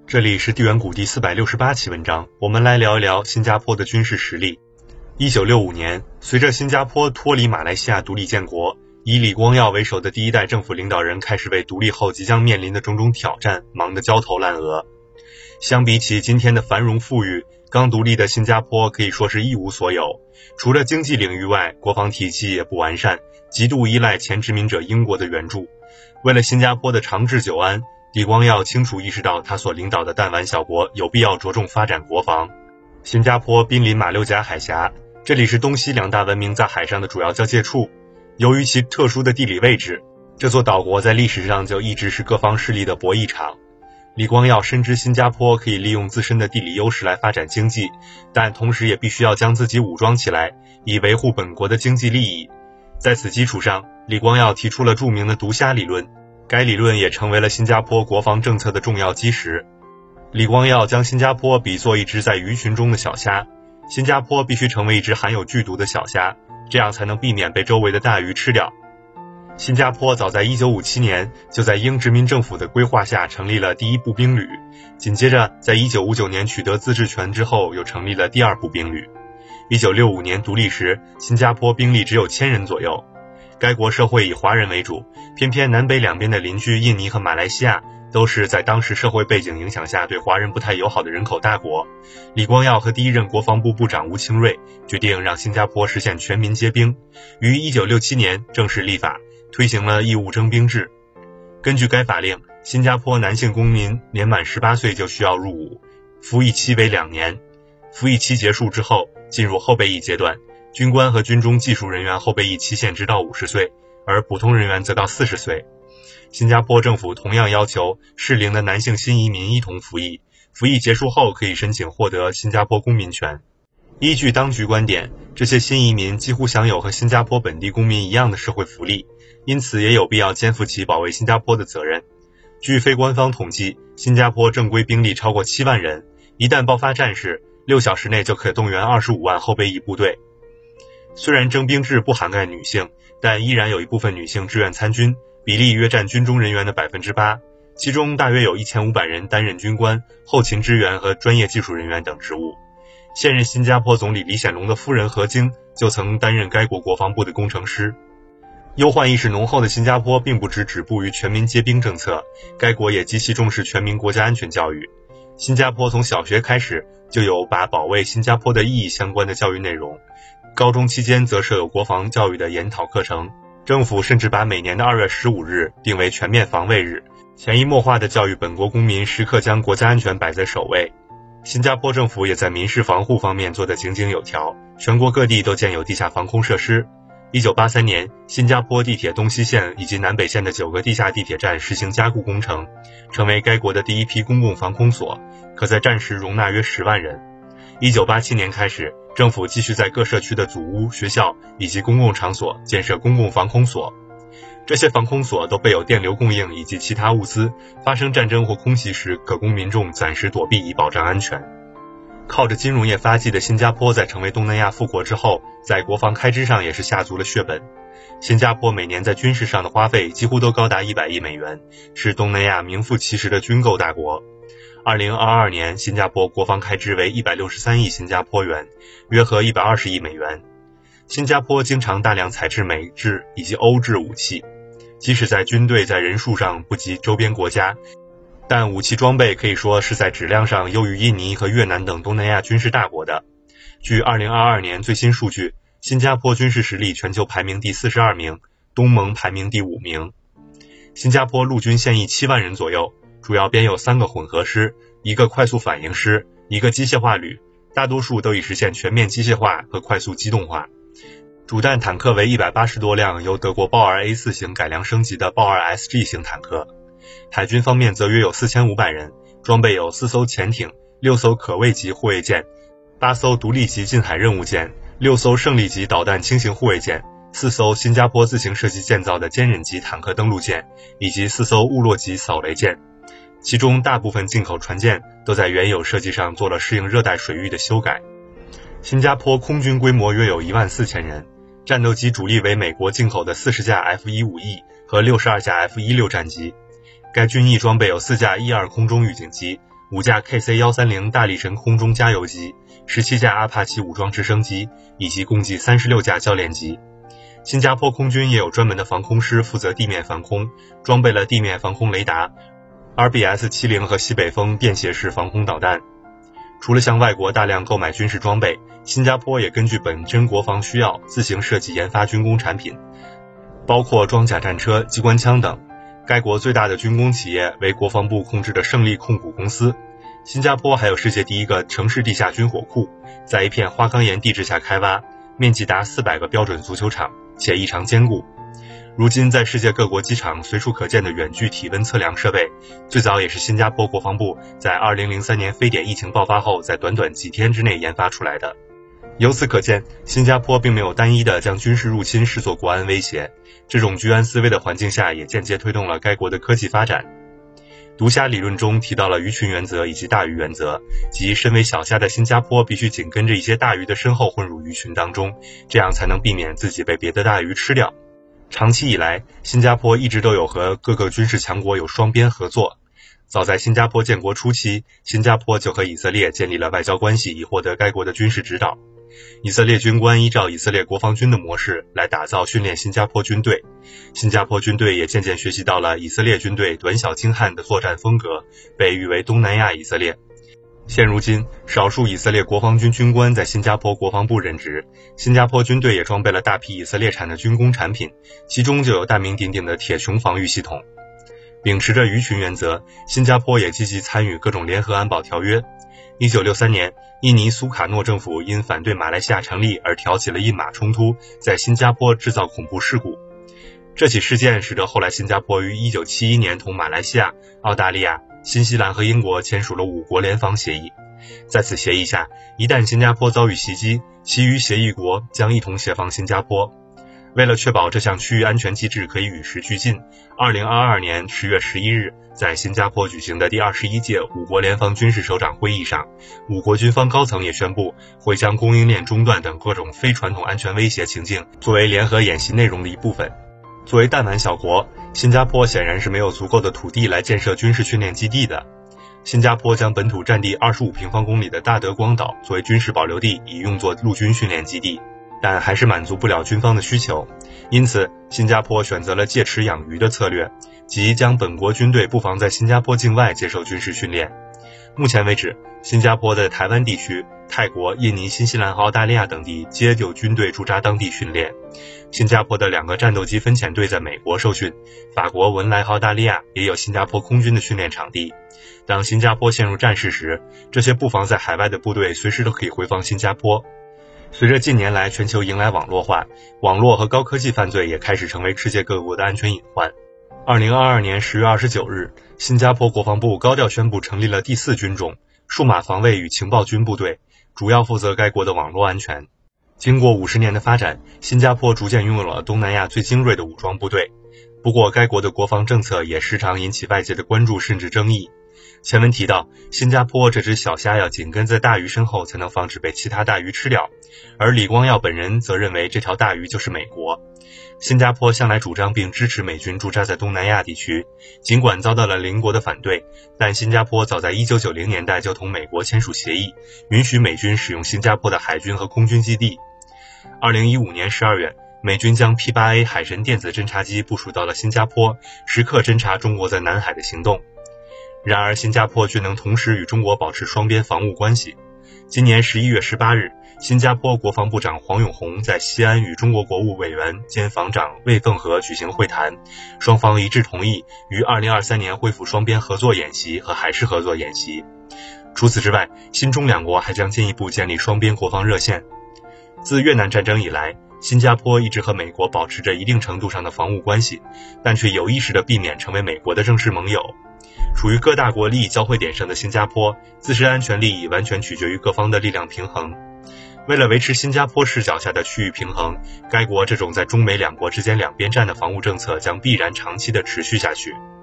这里是地缘谷第468期文章，我们来聊一聊新加坡的军事实力。1965年，随着新加坡脱离马来西亚独立建国，以李光耀为首的第一代政府领导人开始为独立后即将面临的种种挑战忙得焦头烂额。相比起今天的繁荣富裕，刚独立的新加坡可以说是一无所有。除了经济领域外，国防体系也不完善，极度依赖前殖民者英国的援助。为了新加坡的长治久安，李光耀清楚意识到他所领导的弹丸小国有必要着重发展国防。新加坡濒临马六甲海峡，这里是东西两大文明在海上的主要交界处。由于其特殊的地理位置，这座岛国在历史上就一直是各方势力的博弈场。李光耀深知新加坡可以利用自身的地理优势来发展经济，但同时也必须要将自己武装起来，以维护本国的经济利益。在此基础上，李光耀提出了著名的毒虾理论，该理论也成为了新加坡国防政策的重要基石。李光耀将新加坡比作一只在鱼群中的小虾，新加坡必须成为一只含有剧毒的小虾，这样才能避免被周围的大鱼吃掉。新加坡早在1957年就在英殖民政府的规划下成立了第一步兵旅，紧接着在1959年取得自治权之后又成立了第二步兵旅。1965年独立时，新加坡兵力只有1000人左右。该国社会以华人为主，偏偏南北两边的邻居印尼和马来西亚都是在当时社会背景影响下对华人不太友好的人口大国。李光耀和第一任国防部部长吴清瑞决定让新加坡实现全民皆兵，于1967年正式立法，推行了义务征兵制。根据该法令，新加坡男性公民年满18岁就需要入伍，服役期为2年。服役期结束之后，进入后备役阶段，军官和军中技术人员后备役期限直到50岁，而普通人员则到40岁。新加坡政府同样要求适龄的男性新移民一同服役，服役结束后可以申请获得新加坡公民权。依据当局观点，这些新移民几乎享有和新加坡本地公民一样的社会福利，因此也有必要肩负起保卫新加坡的责任。据非官方统计，新加坡正规兵力超过7万人，一旦爆发战事，6小时内就可动员25万后备役部队。虽然征兵制不涵盖女性，但依然有一部分女性志愿参军，比例约占军中人员的 8%， 其中大约有1500人担任军官、后勤支援和专业技术人员等职务。现任新加坡总理李显龙的夫人何晶就曾担任该国国防部的工程师。忧患意识浓厚的新加坡并不只止步于全民皆兵政策，该国也极其重视全民国家安全教育。新加坡从小学开始就有把保卫新加坡的意义相关的教育内容，高中期间则设有国防教育的研讨课程。政府甚至把每年的2月15日定为全面防卫日，潜移默化地教育本国公民时刻将国家安全摆在首位。新加坡政府也在民事防护方面做得井井有条，全国各地都建有地下防空设施。1983年，新加坡地铁东西线以及南北线的9个地下地铁站实行加固工程，成为该国的第一批公共防空所，可在战时容纳约10万人。1987年开始，政府继续在各社区的祖屋、学校以及公共场所建设公共防空所。这些防空所都备有电流供应以及其他物资，发生战争或空袭时可供民众暂时躲避以保障安全。靠着金融业发迹的新加坡在成为东南亚富国之后，在国防开支上也是下足了血本。新加坡每年在军事上的花费几乎都高达100亿美元，是东南亚名副其实的军购大国。2022年，新加坡国防开支为163亿新加坡元，约合120亿美元。新加坡经常大量采制美制以及欧制武器，即使在军队在人数上不及周边国家，但武器装备可以说是在质量上优于印尼和越南等东南亚军事大国的。据2022年最新数据，新加坡军事实力全球排名第42名，东盟排名第5名。新加坡陆军现役7万人左右，主要编有3个混合师、1个快速反应师、1个机械化旅，大多数都已实现全面机械化和快速机动化。主战坦克为180多辆由德国豹二 A4 型改良升级的豹二 SG 型坦克。海军方面则约有4500人，装备有4艘潜艇、6艘可畏级护卫舰、8艘独立级近海任务舰、6艘胜利级导弹轻型护卫舰、4艘新加坡自行设计建造的坚忍级坦克登陆舰，以及4艘雾洛级扫雷舰。其中大部分进口船舰都在原有设计上做了适应热带水域的修改。新加坡空军规模约有14000人，战斗机主力为美国进口的40架 F-15E 和62架 F-16战机。该军役装备有4架E-2空中预警机、 5架 KC-130大力神空中加油机、17架阿帕奇武装直升机以及共计36架教练机。新加坡空军也有专门的防空师负责地面防空，装备了地面防空雷达、RBS-70和西北风便携式防空导弹。除了向外国大量购买军事装备，新加坡也根据本身国防需要自行设计研发军工产品，包括装甲战车、机关枪等。该国最大的军工企业为国防部控制的胜利控股公司。新加坡还有世界第一个城市地下军火库，在一片花岗岩地质下开挖，面积达400个标准足球场，且异常坚固。如今在世界各国机场随处可见的远距体温测量设备，最早也是新加坡国防部在2003年非典疫情爆发后，在短短几天之内研发出来的。由此可见，新加坡并没有单一的将军事入侵视作国安威胁，这种居安思危的环境下，也间接推动了该国的科技发展。毒虾理论中提到了鱼群原则以及大鱼原则，即身为小虾的新加坡必须紧跟着一些大鱼的身后混入鱼群当中，这样才能避免自己被别的大鱼吃掉。长期以来，新加坡一直都有和各个军事强国有双边合作。早在新加坡建国初期，新加坡就和以色列建立了外交关系，以获得该国的军事指导。以色列军官依照以色列国防军的模式来打造训练新加坡军队，新加坡军队也渐渐学习到了以色列军队短小精悍的作战风格，被誉为东南亚以色列。现如今，少数以色列国防军军官在新加坡国防部任职，新加坡军队也装备了大批以色列产的军工产品，其中就有大名鼎鼎的铁穹防御系统。秉持着鱼群原则，新加坡也积极参与各种联合安保条约。1963年，印尼苏卡诺政府因反对马来西亚成立而挑起了印马冲突，在新加坡制造恐怖事故。这起事件使得后来新加坡于1971年同马来西亚、澳大利亚、新西兰和英国签署了5国联防协议。在此协议下，一旦新加坡遭遇袭击，其余协议国将一同协防新加坡。为了确保这项区域安全机制可以与时俱进，2022年10月11日，在新加坡举行的第21届5国联防军事首长会议上，5国军方高层也宣布会将供应链中断等各种非传统安全威胁情境作为联合演习内容的一部分。作为弹丸小国，新加坡显然是没有足够的土地来建设军事训练基地的。新加坡将本土占地25平方公里的大德光岛作为军事保留地，以用作陆军训练基地，但还是满足不了军方的需求。因此，新加坡选择了借池养鱼的策略，即将本国军队布防在新加坡境外接受军事训练。目前为止，新加坡的台湾地区、泰国、印尼、新西兰和澳大利亚等地皆有军队驻扎当地训练。新加坡的2个战斗机分遣队在美国受训，法国、文莱和澳大利亚也有新加坡空军的训练场地。当新加坡陷入战事时，这些布防在海外的部队随时都可以回防新加坡。随着近年来全球迎来网络化，网络和高科技犯罪也开始成为世界各国的安全隐患。2022年10月29日，新加坡国防部高调宣布成立了第4军种——数码防卫与情报军部队，主要负责该国的网络安全。经过50年的发展，新加坡逐渐拥有了东南亚最精锐的武装部队。不过，该国的国防政策也时常引起外界的关注甚至争议。前文提到，新加坡这只小虾要紧跟在大鱼身后才能防止被其他大鱼吃掉，而李光耀本人则认为这条大鱼就是美国。新加坡向来主张并支持美军驻扎在东南亚地区，尽管遭到了邻国的反对，但新加坡早在1990年代就同美国签署协议，允许美军使用新加坡的海军和空军基地。2015年12月，美军将 P-8A 海神电子侦察机部署到了新加坡，时刻侦察中国在南海的行动。然而，新加坡却能同时与中国保持双边防务关系。今年11月18日，新加坡国防部长黄永红在西安与中国国务委员兼防长魏凤和举行会谈，双方一致同意于2023年恢复双边合作演习和海事合作演习。除此之外，新中两国还将进一步建立双边国防热线。自越南战争以来，新加坡一直和美国保持着一定程度上的防务关系，但却有意识地避免成为美国的正式盟友。处于各大国利益交汇点上的新加坡，自身安全利益完全取决于各方的力量平衡。为了维持新加坡视角下的区域平衡，该国这种在中美两国之间两边站的防务政策将必然长期的持续下去。